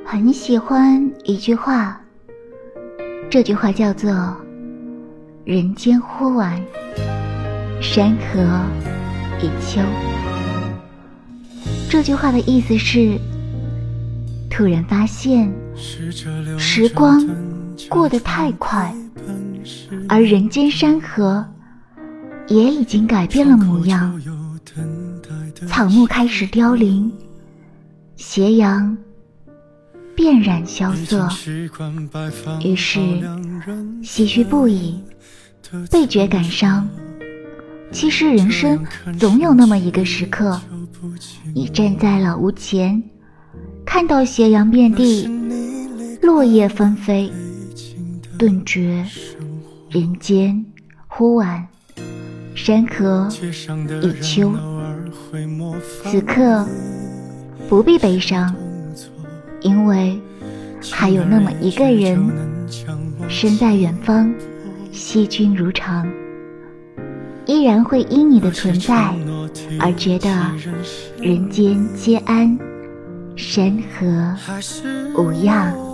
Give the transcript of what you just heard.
很喜欢一句话，这句话叫做人间忽晚，山河已秋。这句话的意思是，突然发现时光过得太快，而人间山河也已经改变了模样，草木开始凋零，斜阳遍染萧瑟，于是唏嘘不已，倍觉感伤。其实人生总有那么一个时刻，你站在老屋前，看到斜阳遍地，落叶纷飞，顿觉人间忽晚，山河已秋。此刻不必悲伤，因为还有那么一个人身在远方，惜君如常，依然会因你的存在而觉得人间皆安，山河无恙。